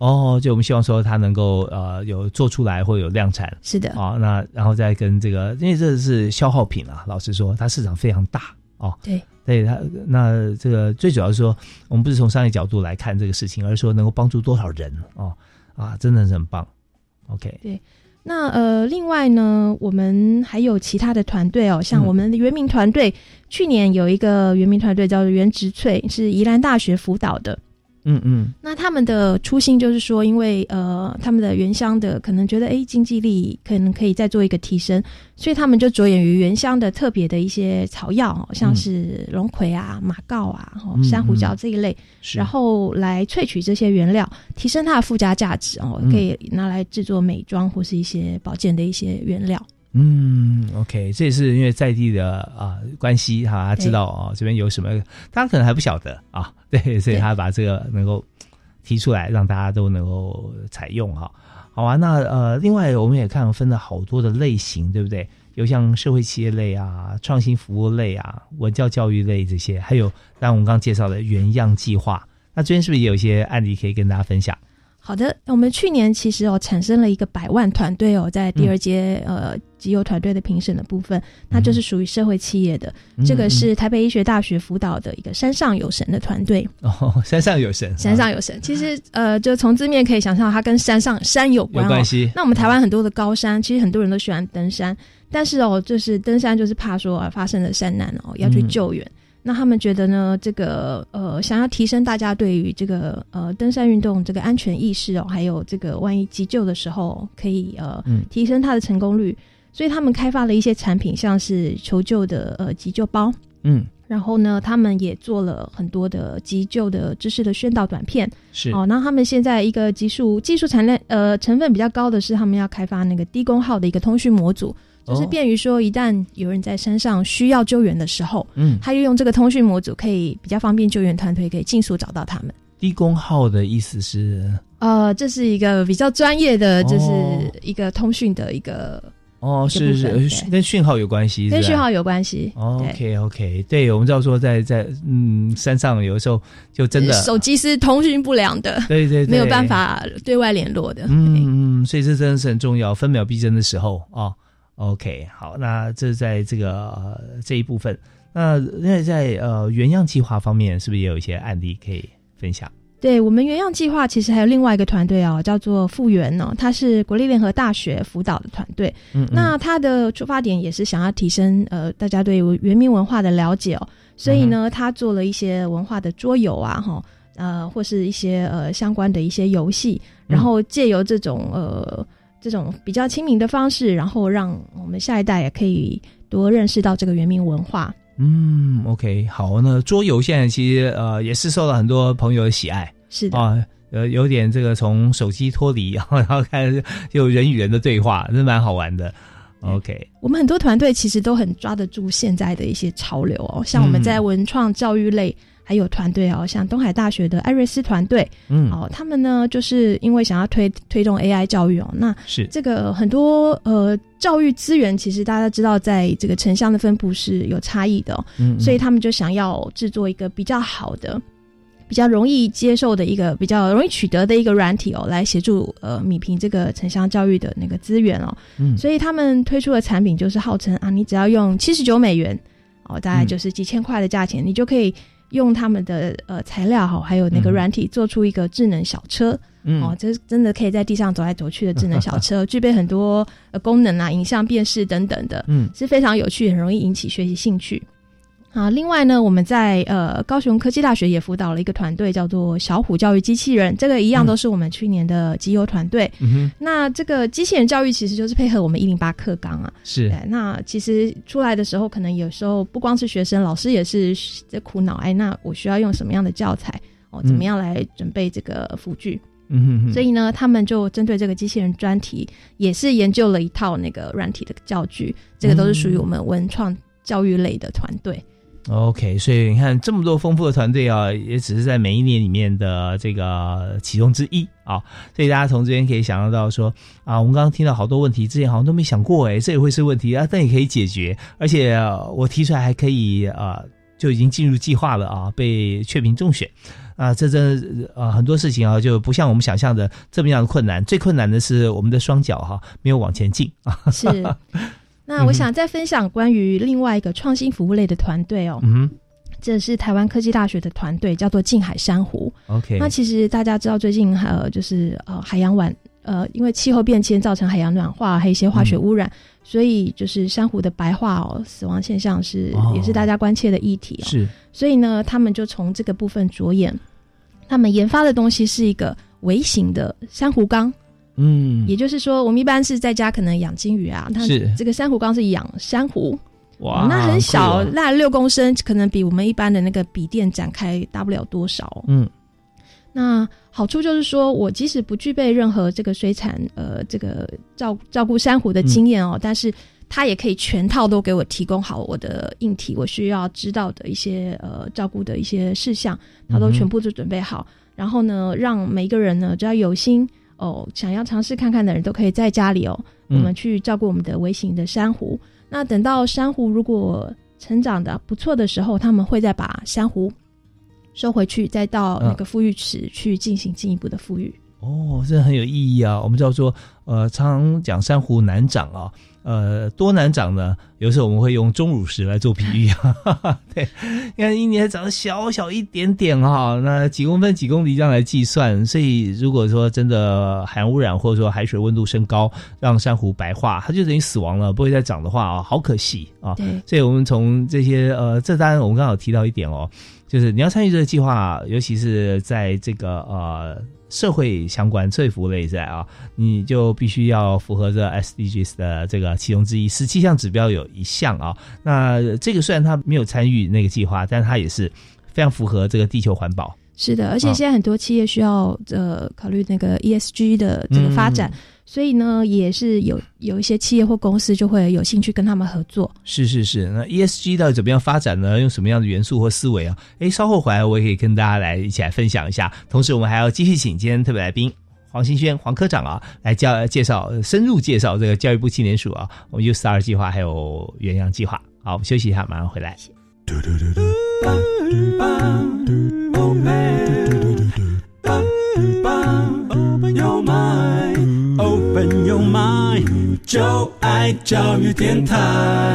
哦，就我们希望说它能够呃有做出来或有量产。 是的。 哦，那然后再跟这个，因为这是消耗品啊，老实说，它市场非常大哦。 对。 对它，那这个最主要是说，我们不是从商业角度来看这个事情，而是说能够帮助多少人哦啊，真的是很棒。OK， 对，那呃，另外呢，我们还有其他的团队哦，像我们的原民团队，嗯、去年有一个原民团队叫做原植萃，是宜兰大学辅导的。 嗯嗯， 那他们的初心就是说，因为呃，他们的原乡的可能觉得，哎，经济力可能可以再做一个提升，所以他们就着眼于原乡的特别的一些草药，像是龙葵啊、马告啊、哦、珊瑚礁这一类，嗯、然后来萃取这些原料，提升它的附加价值哦，可以拿来制作美妆或是一些保健的一些原料。 嗯 ，OK， 这也是因为在地的啊关系哈，他知道哦这边有什么，他可能还不晓得啊，对，所以他把这个能够提出来，让大家都能够采用哈。好啊，那呃，另外我们也看分了好多的类型，对不对？有像社会企业类啊、创新服务类啊、文教教育类这些，还有当然我们刚刚介绍的原样计划。那这边是不是也有一些案例可以跟大家分享？ 好的，我们去年其实哦产生了一个百万团队哦，在第二阶、嗯、呃集邮团队的评审的部分，那就是属于社会企业的、嗯、这个是台北医学大学辅导的一个山上有神的团队。 哦，山上有神， 山上有神，其实呃就从字面可以想象它跟山上山有关、哦、 有关系。 那我们台湾很多的高山，其实很多人都喜欢登山，但是哦就是登山就是怕说、啊、发生了山难哦要去救援。嗯，那他们觉得呢，这个呃，想要提升大家对于这个呃登山运动这个安全意识哦，还有这个万一急救的时候可以呃、嗯、提升它的成功率，所以他们开发了一些产品，像是求救的呃急救包，嗯，然后呢，他们也做了很多的急救的知识的宣导短片， 是哦。那他们现在一个技术技术产量呃成分比较高的是，他们要开发那个低功耗的一个通讯模组。就是便于说一旦有人在山上需要救援的时候，嗯，他就用这个通讯模组可以比较方便救援团队可以尽速找到他们。 低功耗的意思是呃这是一个比较专业的，就是一个通讯的一个哦，是是跟讯号有关系， 跟讯号有关系。 哦、OK OK， 对，我们知道说在在嗯山上有的时候就真的手机是通讯不良的， 对对对， 没有办法对外联络的。 嗯嗯，所以这真的是很重要，分秒必争的时候啊。哦OK， 好，那这在这个、呃、这一部分，那那在呃原样计划方面，是不是也有一些案例可以分享？ 对，我们原样计划其实还有另外一个团队哦，叫做复原哦，它是国立联合大学辅导的团队。嗯, 嗯，那它的出发点也是想要提升呃大家对原民文化的了解哦，所以呢，他做了一些文化的桌游啊，哈，呃，或是一些呃相关的一些游戏，然后借由这种呃。这种比较亲民的方式，然后让我们下一代也可以多认识到这个原民文化。 嗯 ，OK， 好，那桌游现在其实呃也是受到很多朋友的喜爱， 是的啊，呃有点这个从手机脱离，然后然后开始有人与人的对话，真的蛮好玩的。OK， 我们很多团队其实都很抓得住现在的一些潮流哦，像我们在文创教育类。嗯，还有团队哦，像东海大学的艾瑞斯团队，嗯，哦，他们呢就是因为想要推推动 A I 教育哦，那是这个很多呃教育资源，其实大家知道在这个城乡的分布是有差异的哦，嗯，所以他们就想要制作一个比较好的、比较容易接受的一个、比较容易取得的一个软体哦，来协助呃弭平这个城乡教育的那个资源哦，嗯，所以他们推出的产品就是号称啊，你只要用七十九美元哦，大概就是几千块的价钱，嗯，你就可以。用他们的呃材料哈，还有那个软体做出一个智能小车，嗯，哦，这真的可以在地上走来走去的智能小车，具备很多呃功能啊，影像辨识等等的，嗯，是非常有趣，很容易引起学习兴趣。啊，另外呢，我们在呃高雄科技大学也辅导了一个团队，叫做小虎教育机器人，这个一样都是我们去年的集邮团队。嗯，那这个机器人教育其实就是配合我们一零八课纲啊， 是。 那其实出来的时候，可能有时候不光是学生，老师也是在苦恼，哎，那我需要用什么样的教材哦？怎么样来准备这个辅具？嗯，所以呢，他们就针对这个机器人专题，也是研究了一套那个软体的教具，这个都是属于我们文创教育类的团队。 OK， 所以你看这么多丰富的团队啊，也只是在每一年里面的这个其中之一啊，所以大家从这边可以想象到说啊，我们刚刚听到好多问题，之前好像都没想过，诶，这也会是问题啊，但也可以解决，而且、呃、我提出来还可以啊、呃，就已经进入计划了啊，被确评中选。 啊，这真的啊很多事情啊就不像我们想象的这么样的困难，最困难的是我们的双脚哈、啊、没有往前进啊。 是。那我想再分享关于另外一个创新服务类的团队哦， 嗯， 这是台湾科技大学的团队，叫做近海珊瑚。 OK， 那其实大家知道最近呃就是呃海洋暖呃因为气候变迁造成海洋暖化，还有一些化学污染，嗯、所以就是珊瑚的白化哦死亡现象是、哦、也是大家关切的议题哦。 是， 所以呢，他们就从这个部分着眼，他们研发的东西是一个微型的珊瑚缸。 嗯， 也就是说，我们一般是在家可能养金鱼啊，它这个珊瑚缸是养珊瑚，哇，那很小，那六公升，可能比我们一般的那个笔电展开大不了多少。 嗯， 那好处就是说，我即使不具备任何这个水产呃这个照照顾珊瑚的经验哦，嗯、但是它也可以全套都给我提供好我的硬体，我需要知道的一些呃照顾的一些事项，它都全部都准备好。嗯、然后呢，让每一个人呢，只要有心。哦，想要尝试看看的人都可以在家里哦，我们去照顾我们的微型的珊瑚。嗯、那等到珊瑚如果成长的不错的时候，他们会再把珊瑚收回去，再到那个孵育池去进行进一步的孵育。 哦，这很有意义啊！我们叫做呃，常讲珊瑚难长啊，呃，多难长呢？有时候我们会用钟乳石来做比喻啊。对，你看一年长得小小一点点哈，那几公分、几公里这样来计算。所以如果说真的海洋污染或者说海水温度升高，让珊瑚白化，它就等于死亡了，不会再长的话啊，好可惜啊。 对， 所以我们从这些呃，这当然我们刚好提到一点哦，就是你要参与这个计划，尤其是在这个呃。社会相关、社会服务类在啊，你就必须要符合这 S D Gs 的这个其中之一，十七项指标有一项啊。那这个虽然他没有参与那个计划，但他也是非常符合这个地球环保。 是的，而且现在很多企业需要呃考虑那个 E S G 的这个发展，嗯、所以呢，也是有有一些企业或公司就会有兴趣跟他们合作。 是是是，那 E S G 到底怎么样发展呢？用什么样的元素或思维啊？诶，稍后回来我也可以跟大家来一起来分享一下。同时，我们还要继续请今天特别来宾黄新轩黄科长啊，来教介绍深入介绍这个教育部青年署啊，我们 U Star 计划还有远洋计划。好，我们休息一下，马上回来。 Open your mind, open your mind， 就爱教育电台。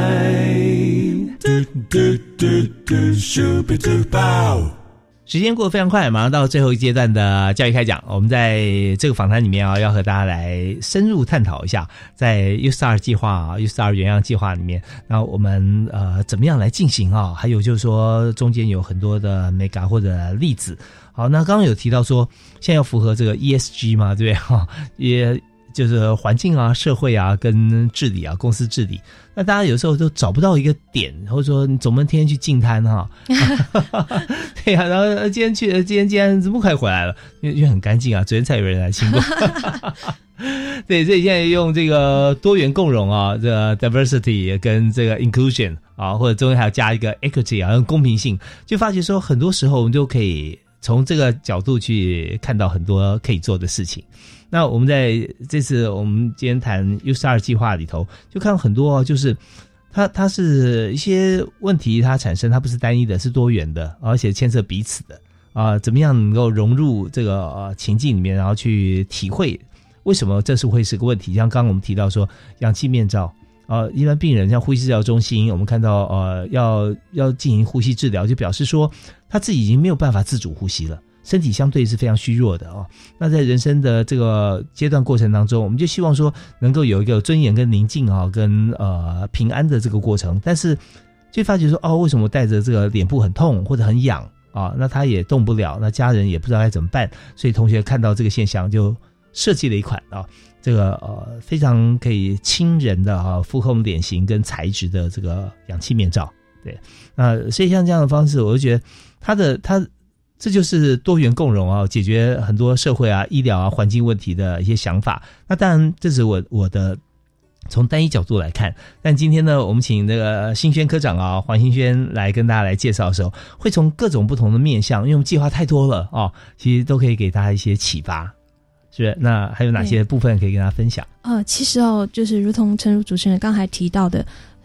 时间过得非常快，马上到最后一阶段的教育开讲。我们在这个访谈里面啊，要和大家来深入探讨一下，在 U Star 计划啊 U Star 远洋计划里面，那我们呃怎么样来进行啊？还有就是说中间有很多的 mega 或者例子。好，那刚刚有提到说，现在要符合这个 E S G 嘛，对不对？哈，也就是环境啊、社会啊、跟治理啊、公司治理。那大家有时候都找不到一个点，或者说你总不能天天去净滩哈。对呀、啊，然后今天去，今天今天怎么快回来了？因为因为很干净啊，昨天才有人来清过。对，所以现在用这个多元共融啊，这个 diversity 跟这个 inclusion 啊，或者中间还要加一个 equity 啊，公平性，就发觉说很多时候我们就可以从这个角度去看到很多可以做的事情。那我们在这次我们今天谈 U Star 计划里头，就看到很多就是它它是一些问题它产生，它不是单一的，是多元的，而且牵涉彼此的啊、呃，怎么样能够融入这个、呃、情境里面，然后去体会为什么这是会是个问题。像刚刚我们提到说氧气面罩呃，一般病人像呼吸治疗中心，我们看到呃要要进行呼吸治疗，就表示说他自己已经没有办法自主呼吸了，身体相对是非常虚弱的哦。那在人生的这个阶段过程当中，我们就希望说能够有一个尊严跟宁静啊，跟呃平安的这个过程。但是就发觉说哦，为什么我带着这个脸部很痛或者很痒啊？那他也动不了，那家人也不知道该怎么办，所以同学看到这个现象就设计了一款啊。这个呃非常可以亲人的啊符合我们脸型跟材质的这个氧气面罩，对，那所以像这样的方式，我就觉得它的它这就是多元共融啊，解决很多社会啊、医疗啊、环境问题的一些想法。那当然这是我我的从单一角度来看，但今天呢，我们请那个新轩科长啊黄新轩来跟大家来介绍的时候，会从各种不同的面向，因为我们计划太多了啊，其实都可以给大家一些启发。是，那还有哪些部分可以跟大家分享？ 呃，其实哦，就是如同陈如主持人刚才提到的，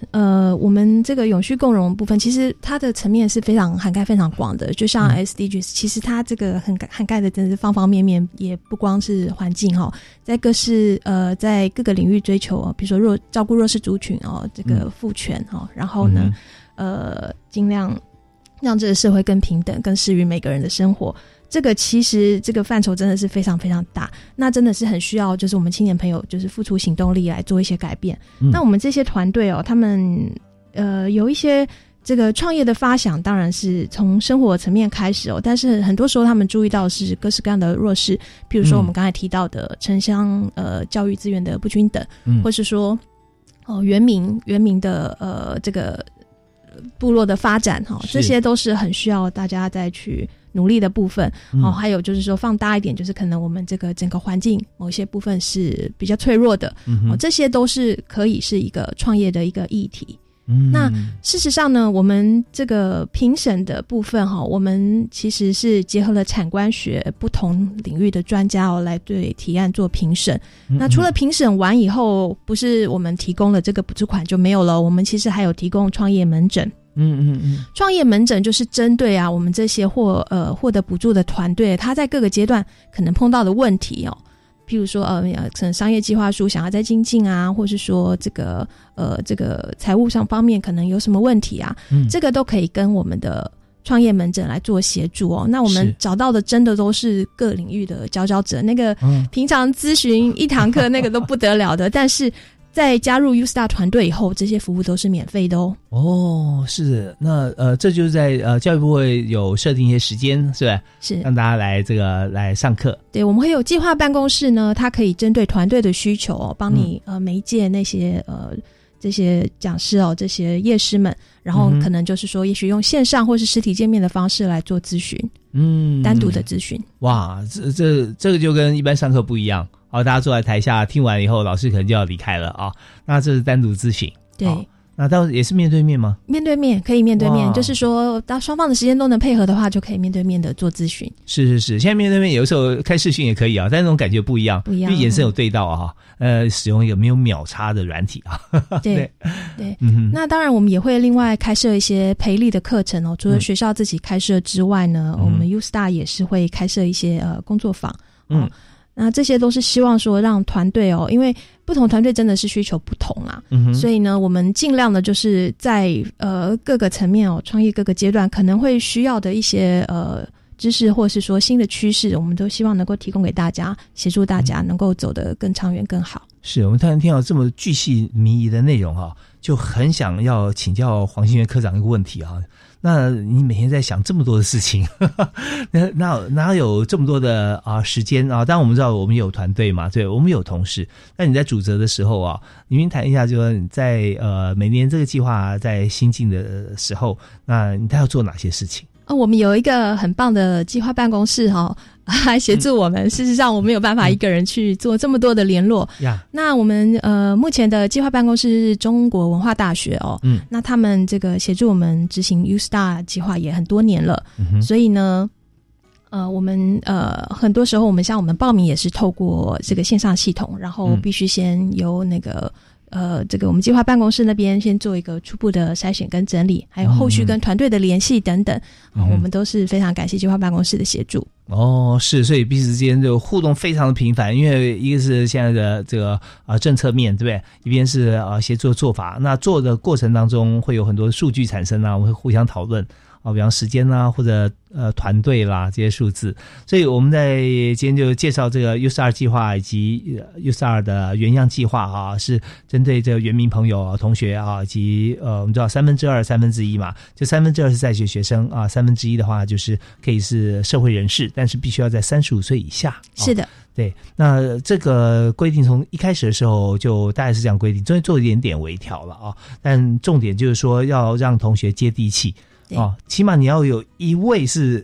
呃，我们这个永续共融部分，其实它的层面是非常涵盖非常广的。就像 S D Gs，、嗯、其实它这个很涵盖的真是方方面面，也不光是环境哈，在各式呃，在各个领域追求，比如说弱照顾弱势族群哦，这个赋权哈，然后呢，嗯、呃，尽量让这个社会更平等，更适于每个人的生活。这个其实这个范畴真的是非常非常大，那真的是很需要就是我们青年朋友就是付出行动力来做一些改变。嗯、那我们这些团队哦，他们呃有一些这个创业的发想，当然是从生活层面开始哦，但是很多时候他们注意到是各式各样的弱势，比如说我们刚才提到的城乡呃教育资源的不均等，嗯、或是说哦原民原民的呃这个部落的发展哈、哦，这些都是很需要大家再去努力的部分。嗯、哦，还有就是说放大一点，就是可能我们这个整个环境某些部分是比较脆弱的，嗯、哦，这些都是可以是一个创业的一个议题。嗯，那事实上呢，我们这个评审的部分哈，我们其实是结合了产官学不同领域的专家哦，来对提案做评审。嗯嗯，那除了评审完以后，不是我们提供了这个补助款就没有了，我们其实还有提供创业门诊。嗯嗯嗯，创业门诊就是针对啊我们这些获呃获得补助的团队，他在各个阶段可能碰到的问题哦。譬如说呃可能商业计划书想要再精进啊，或是说这个呃这个财务上方面可能有什么问题啊，嗯、这个都可以跟我们的创业门诊来做协助哦。那我们找到的真的都是各领域的佼佼者，那个平常咨询一堂课那个都不得了的，但是在加入 U-Star 团队以后，这些服务都是免费的哦。 哦，是，那呃，这就是在呃教育部会有设定一些时间，是吧？是，让大家来这个来上课。 对，我们会有计划办公室呢，它可以针对团队的需求哦，帮你、嗯、呃媒介那些呃这些讲师哦，这些业师们，然后可能就是说，也许用线上或是实体见面的方式来做咨询，嗯，单独的咨询。哇， 这这这个就跟一般上课不一样。好，大家坐在台下听完以后，老师可能就要离开了啊。那这是单独咨询，对。那到也是面对面吗？ 面对面，可以面对面，就是说，当双方的时间都能配合的话，就可以面对面的做咨询。是是是，现在面对面有时候开视讯也可以啊，但那种感觉不一样，不一样，因为眼神有对到啊。呃，使用一个没有秒差的软体啊。 对对，对嗯、那当然我们也会另外开设一些培力的课程哦，除了学校自己开设之外呢，嗯、我们 U-Star 也是会开设一些呃工作坊，嗯。哦那这些都是希望说让团队哦，因为不同团队真的是需求不同啊，嗯、所以呢，我们尽量的就是在呃各个层面哦，创业各个阶段可能会需要的一些呃知识，或是说新的趋势，我们都希望能够提供给大家，协助大家能够走得更长远更好。 是我们突然听到这么巨细靡遗的内容啊，就很想要请教黄新元科长一个问题啊。那你每天在想这么多的事情，那哪哪有这么多的啊时间啊？当然我们知道我们有团队嘛，对，我们有同事。那你在主责的时候啊，你们谈一下，就是你在呃每年这个计划在新进的时候，那你他要做哪些事情？ 哦，我们有一个很棒的计划办公室哈、哦，来协助我们。嗯、事实上，我没有办法一个人去做这么多的联络。嗯、那我们呃目前的计划办公室是中国文化大学哦，嗯，那他们这个协助我们执行 U-Star 计划也很多年了，嗯、所以呢，呃，我们呃很多时候我们像我们报名也是透过这个线上系统，然后必须先由那个。呃，这个我们计划办公室那边先做一个初步的筛选跟整理，还有后续跟团队的联系等等，嗯呃、我们都是非常感谢计划办公室的协助。 哦，是，所以彼此之间就互动非常的频繁，因为一个是现在的这个啊、呃、政策面，对不对？一边是啊协作做法，那做的过程当中会有很多数据产生啊，我们会互相讨论。啊，比方时间啦，或者呃团队啦这些数字，所以我们在今天就介绍这个 U-Star 计划以及 U-Star 的原样计划啊，是针对这个原民朋友、啊、同学啊，以及呃我们知道三分之二、三分之一嘛，就三分之二是在学学生啊，三分之一的话就是可以是社会人士，但是必须要在三十五岁以下。 是的。 对，那这个规定从一开始的时候就大概是这样规定，中间做一点点微调了啊，但重点就是说要让同学接地气。哦，起码你要有一位是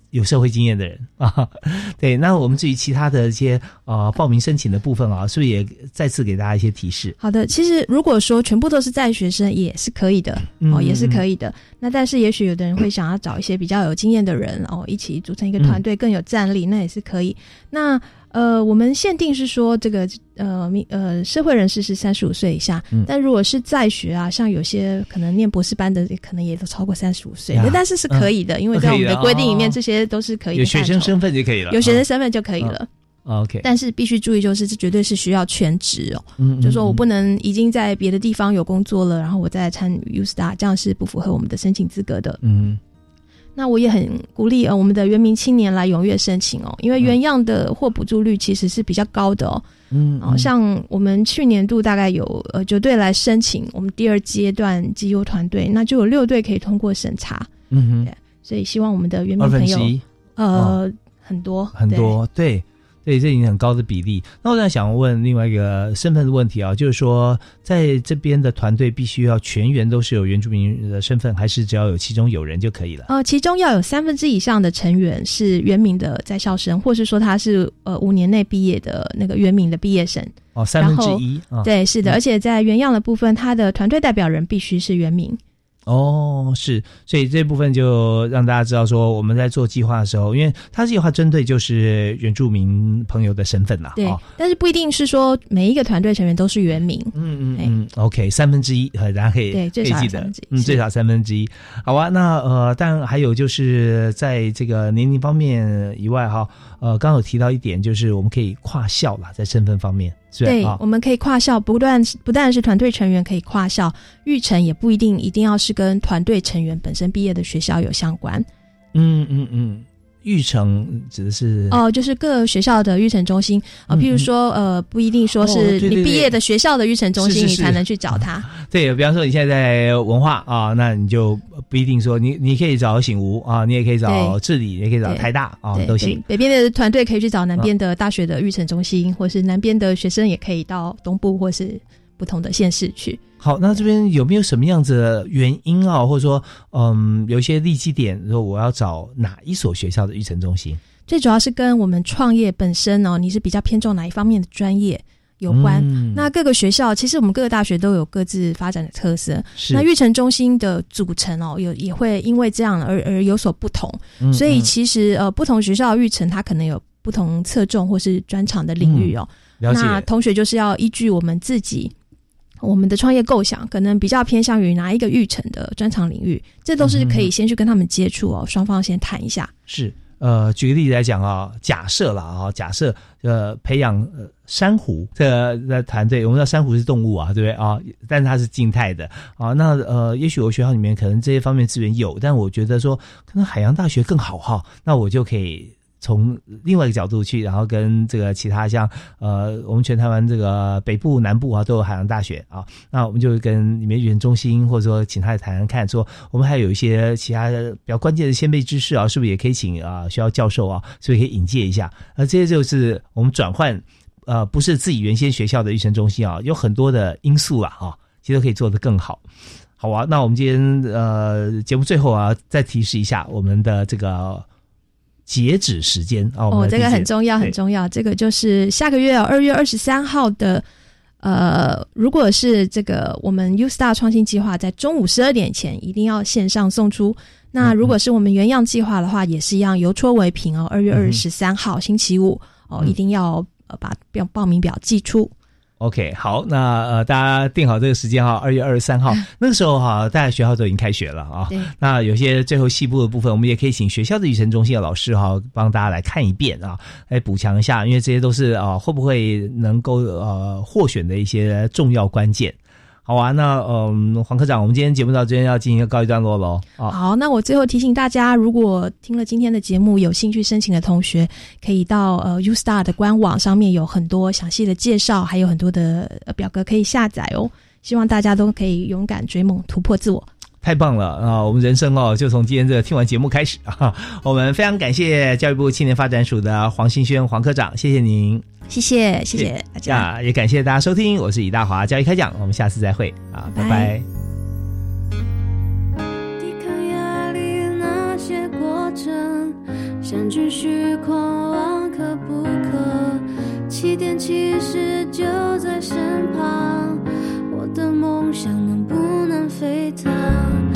有社会经验的人啊。对，那我们至于其他的一些呃报名申请的部分啊，是不是也再次给大家一些提示？ 好的，其实如果说全部都是在学生也是可以的、嗯、哦，也是可以的。那但是也许有的人会想要找一些比较有经验的人哦，一起组成一个团队更有战力、嗯、那也是可以。那呃，我们限定是说这个呃呃社会人士是三十五岁以下、嗯，但如果是在学啊，像有些可能念博士班的，可能也都超过三十五岁，但是是可以的、嗯，因为在我们的规定里面，这些都是可以的。 有学生身份就可以了， 有学生身份就可以了。 嗯、OK， 但是必须注意，就是这绝对是需要全职哦，嗯嗯嗯，就是说我不能已经在别的地方有工作了，然后我再参与 U Star， 这样是不符合我们的申请资格的。嗯。那我也很鼓励呃我们的原民青年来踊跃申请哦，因为原样的获补助率其实是比较高的哦。嗯，哦，像我们去年度大概有呃九队来申请我们第二阶段绩优团队，那就有六队可以通过审查。嗯哼，对，所以希望我们的原民朋友呃、哦、很多很多对。对，这已经很高的比例。那我在想问另外一个身份的问题啊，就是说在这边的团队必须要全员都是有原住民的身份，还是只要有其中有人就可以了？ 呃，其中要有三分之以上的成员是原民的在校生，或是说他是呃五年内毕业的那个原民的毕业生。 哦，三分之一。哦、 对，是的、嗯，而且在原样的部分，他的团队代表人必须是原民。 哦，是，所以这部分就让大家知道说，我们在做计划的时候，因为它计划针对就是原住民朋友的身份啦， 对、 哦， 但是不一定是说每一个团队成员都是原民， 嗯嗯嗯 ，OK， 三分之一，大家可以对最少可以记得，嗯，最少三分之一，好啊，那呃，但还有就是在这个年龄方面以外哈，呃，刚刚有提到一点，就是我们可以跨校啦，在身份方面。 对、 哦， 我们可以跨校，不但不但是团队成员可以跨校，育成也不一定一定要是跟团队成员本身毕业的学校有相关。 嗯嗯嗯，育成指的是哦、呃，就是各学校的育成中心啊、呃，譬如说呃，不一定说是你毕业的学校的育成中心、哦、对对对，你才能去找他。 对，比方说你现在在文化啊，那你就不一定说你你可以找醒吾啊，你也可以找治理，也可以找台大啊，都行。 北边的团队可以去找南边的大学的育成中心，啊、或是南边的学生也可以到东部或是不同的县市去。 好，那这边有没有什么样子的原因啊，或者说嗯有一些立基点，说我要找哪一所学校的育成中心？ 最主要是跟我们创业本身哦，你是比较偏重哪一方面的专业有关、嗯、那各个学校其实我们各个大学都有各自发展的特色，那育成中心的组成哦有也会因为这样而而有所不同、嗯、所以其实呃不同学校的育成它可能有不同侧重或是专长的领域哦、 嗯、了解。 那同学就是要依据我们自己我们的创业构想可能比较偏向于哪一个育成的专长领域，这都是可以先去跟他们接触哦，双方先谈一下。 是呃，举个例子来讲啊，假设啦啊，假设呃培养呃珊瑚这个团队，我们知道珊瑚是动物啊，对不对啊？但是它是静态的啊。那呃，也许我学校里面可能这些方面资源有，但我觉得说可能海洋大学更好哈，那我就可以从另外一个角度去，然后跟这个其他像呃我们全台湾这个北部南部啊都有海洋大学啊，那我们就跟里面语言中心或者说请他来谈谈看，说我们还有一些其他的比较关键的先辈知识啊，是不是也可以请啊学校教授啊，所以可以引介一下。那这些就是我们转换呃不是自己原先学校的育成中心啊，有很多的因素啦啊，其实都可以做得更好。好啊，那我们今天呃节目最后啊再提示一下我们的这个截止时间啊， 哦，这个很重要，很重要。这个就是下个月哦，二月二十三号的，呃，如果是这个我们 U Star 创新计划在中午十二点前一定要线上送出。那如果是我们原样计划的话，也是一样由戳为凭哦。二月二十三号、嗯、星期五哦，一定要呃把报名表寄出。 OK， 好，那呃，大家定好这个时间哈，二月二十三号，那个时候哈，大家学校都已经开学了啊。对。那有些最后细部的部分，我们也可以请学校的育成中心的老师哈，帮大家来看一遍啊，来补强一下，因为这些都是啊，会不会能够呃获选的一些重要关键。好啊，那嗯，黄科长，我们今天节目到这边要进行一个告一段落喽。 哦、好，那我最后提醒大家，如果听了今天的节目有兴趣申请的同学，可以到呃 U Star 的官网上面有很多详细的介绍，还有很多的表格可以下载哦。希望大家都可以勇敢追梦，突破自我。 太棒了啊！我们人生哦，就从今天这个听完节目开始啊。我们非常感谢教育部青年发展署的黄信轩黄科长，谢谢您。 谢谢，谢谢大家、 啊，也感谢大家收听，我是李大华，教育开讲，我们下次再会啊，拜拜。 抵抗压力那些过程， 相距虚空望可不可，起点其实就在身旁，我的梦想能不能飞腾？